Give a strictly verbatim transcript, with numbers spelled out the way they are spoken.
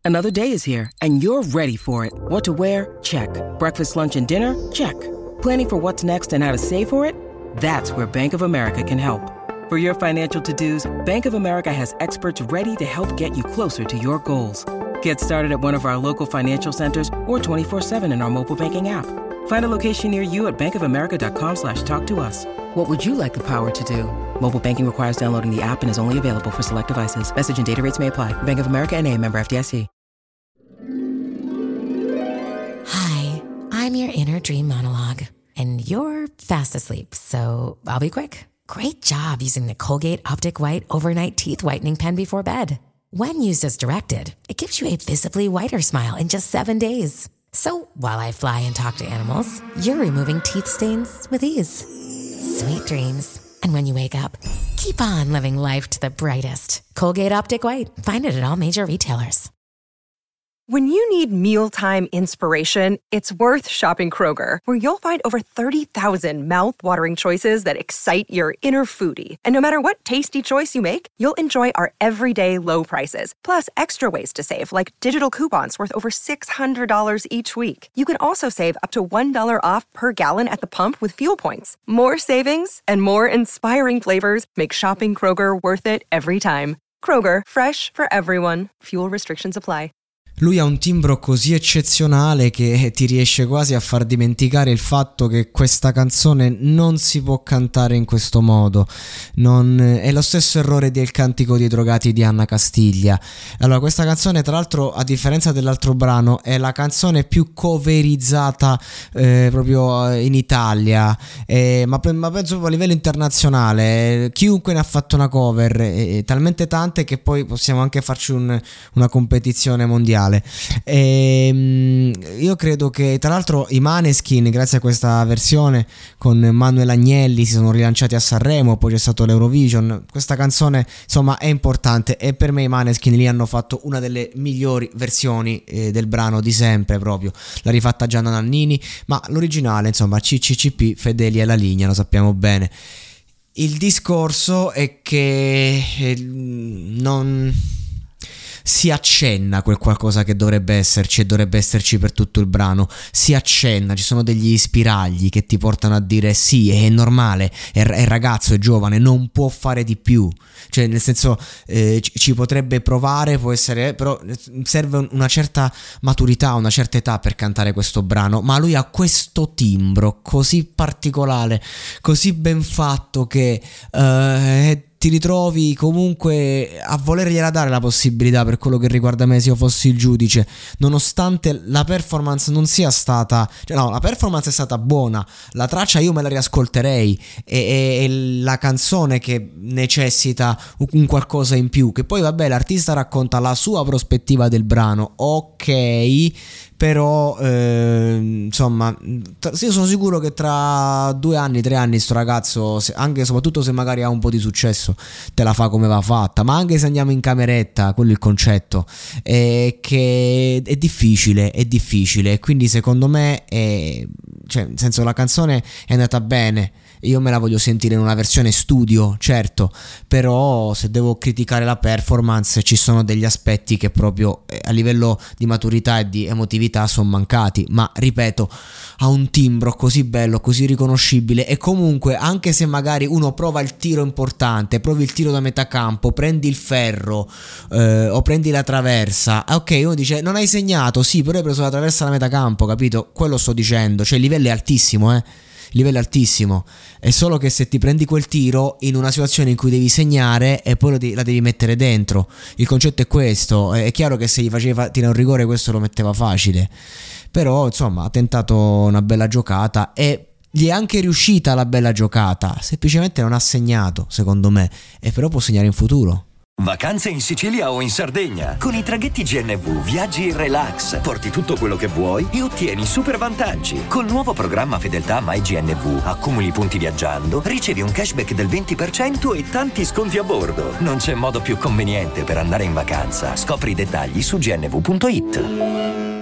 Another day is here, and you're ready for it. What to wear? Check. Breakfast, lunch, and dinner? Check. Planning for what's next and how to save for it? That's where Bank of America can help. For your financial to-dos, Bank of America has experts ready to help get you closer to your goals. Get started at one of our local financial centers or twenty-four seven in our mobile banking app. Find a location near you at bankofamerica.com slash talk to us. What would you like the power to do? Mobile banking requires downloading the app and is only available for select devices. Message and data rates may apply. Bank of America N A, member F D I C. Hi, I'm your inner dream monologue, and you're fast asleep, so I'll be quick. Great job using the Colgate Optic White Overnight Teeth Whitening Pen before bed. When used as directed, it gives you a visibly whiter smile in just seven days. So while I fly and talk to animals, you're removing teeth stains with ease. Sweet dreams. And when you wake up, keep on living life to the brightest. Colgate Optic White. Find it at all major retailers. When you need mealtime inspiration, it's worth shopping Kroger, where you'll find over thirty thousand mouth-watering choices that excite your inner foodie. And no matter what tasty choice you make, you'll enjoy our everyday low prices, plus extra ways to save, like digital coupons worth over six hundred dollars each week. You can also save up to one dollar off per gallon at the pump with fuel points. More savings and more inspiring flavors make shopping Kroger worth it every time. Kroger, fresh for everyone. Fuel restrictions apply. Lui ha un timbro così eccezionale che ti riesce quasi a far dimenticare il fatto che questa canzone non si può cantare in questo modo. Non, è lo stesso errore del Cantico dei drogati di Anna Castiglia. Allora, questa canzone, tra l'altro, a differenza dell'altro brano, è la canzone più coverizzata eh, proprio in Italia, eh, ma, ma penso a livello internazionale. Chiunque ne ha fatto una cover, eh, talmente tante che poi possiamo anche farci un, una competizione mondiale. E, io credo che, tra l'altro, i Maneskin, grazie a questa versione con Manuel Agnelli, si sono rilanciati a Sanremo, poi c'è stato l'Eurovision. Questa canzone, insomma, è importante, e per me i Maneskin lì hanno fatto una delle migliori versioni eh, del brano di sempre, proprio l'ha rifatta Gianna Nannini, ma l'originale, insomma, C C C P fedeli alla linea, lo sappiamo bene. Il discorso è che eh, non si accenna quel qualcosa che dovrebbe esserci e dovrebbe esserci per tutto il brano. Si accenna, ci sono degli spiragli che ti portano a dire sì, è normale, è, è ragazzo, è giovane, non può fare di più. Cioè, nel senso, eh, ci potrebbe provare, può essere, però serve una certa maturità, una certa età per cantare questo brano. Ma lui ha questo timbro così particolare, così ben fatto, che eh, ti ritrovi comunque a volergliela dare la possibilità, per quello che riguarda me, se io fossi il giudice, nonostante la performance non sia stata, cioè no, la performance è stata buona, la traccia io me la riascolterei, è, è la canzone che necessita un qualcosa in più, che poi vabbè, l'artista racconta la sua prospettiva del brano, ok, però eh, insomma, io sono sicuro che tra due anni, tre anni sto ragazzo, anche e soprattutto se magari ha un po' di successo, te la fa come va fatta. Ma anche se andiamo in cameretta, quello è il concetto, è che è difficile, è difficile, quindi secondo me è, cioè, nel senso, la canzone è andata bene, io me la voglio sentire in una versione studio, certo, però se devo criticare la performance ci sono degli aspetti che proprio a livello di maturità e di emotività sono mancati. Ma ripeto, ha un timbro così bello, così riconoscibile, e comunque, anche se magari uno prova il tiro importante, provi il tiro da metà campo, prendi il ferro eh, o prendi la traversa, ok, uno dice non hai segnato, sì, però hai preso la traversa da metà campo, capito? Quello sto dicendo, cioè il livello è altissimo, eh livello altissimo, è solo che se ti prendi quel tiro in una situazione in cui devi segnare e poi la devi mettere dentro, il concetto è questo. È chiaro che se gli faceva tirare un rigore questo lo metteva facile, però insomma ha tentato una bella giocata e gli è anche riuscita la bella giocata, semplicemente non ha segnato secondo me, e però può segnare in futuro. Vacanze in Sicilia o in Sardegna. Con i traghetti G N V viaggi in relax, porti tutto quello che vuoi e ottieni super vantaggi. Col nuovo programma Fedeltà MyGNV accumuli punti viaggiando, ricevi un cashback del venti per cento e tanti sconti a bordo. Non c'è modo più conveniente per andare in vacanza. Scopri i dettagli su gnv punto it.